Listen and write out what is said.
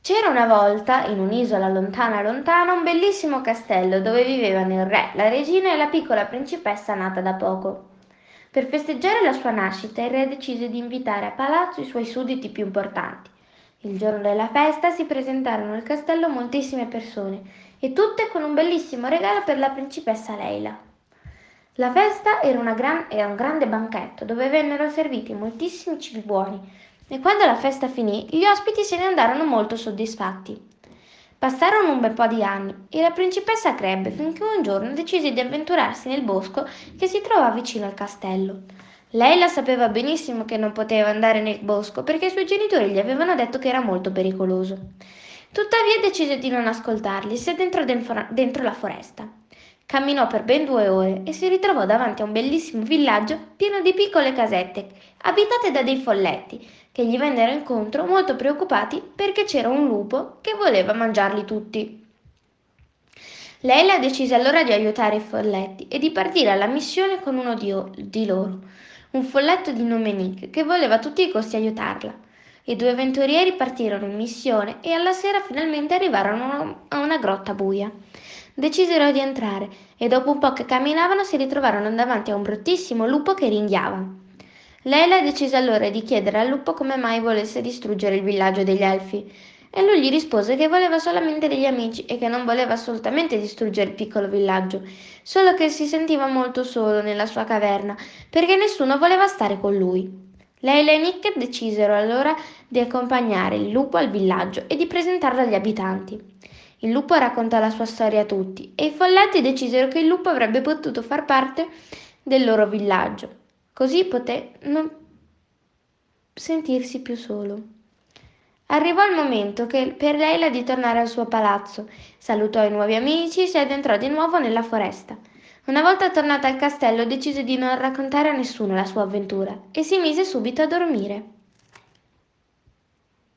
C'era una volta, in un'isola lontana lontana, un bellissimo castello dove vivevano il re, la regina e la piccola principessa nata da poco. Per festeggiare la sua nascita, il re decise di invitare a palazzo i suoi sudditi più importanti. Il giorno della festa si presentarono al castello moltissime persone, e tutte con un bellissimo regalo per la principessa Leila. La festa era un grande banchetto dove vennero serviti moltissimi cibi buoni e quando la festa finì gli ospiti se ne andarono molto soddisfatti. Passarono un bel po' di anni e la principessa crebbe finché un giorno decise di avventurarsi nel bosco che si trovava vicino al castello. Lei la sapeva benissimo che non poteva andare nel bosco perché i suoi genitori gli avevano detto che era molto pericoloso. Tuttavia decise di non ascoltarli e si addentrò dentro la foresta. Camminò per ben 2 ore e si ritrovò davanti a un bellissimo villaggio pieno di piccole casette, abitate da dei folletti, che gli vennero incontro molto preoccupati perché c'era un lupo che voleva mangiarli tutti. Leila decise allora di aiutare i folletti e di partire alla missione con uno di loro, un folletto di nome Nick, che voleva a tutti i costi aiutarla. I due avventurieri partirono in missione e alla sera finalmente arrivarono a una grotta buia. Decisero di entrare e dopo un po' che camminavano si ritrovarono davanti a un bruttissimo lupo che ringhiava. Leila decise allora di chiedere al lupo come mai volesse distruggere il villaggio degli Elfi e lui gli rispose che voleva solamente degli amici e che non voleva assolutamente distruggere il piccolo villaggio, solo che si sentiva molto solo nella sua caverna perché nessuno voleva stare con lui. Leila e Nick decisero allora di accompagnare il lupo al villaggio e di presentarlo agli abitanti. Il lupo raccontò la sua storia a tutti e i folletti decisero che il lupo avrebbe potuto far parte del loro villaggio. Così poté non sentirsi più solo. Arrivò il momento per Leila di tornare al suo palazzo. Salutò i nuovi amici e si addentrò di nuovo nella foresta. Una volta tornata al castello decise di non raccontare a nessuno la sua avventura e si mise subito a dormire.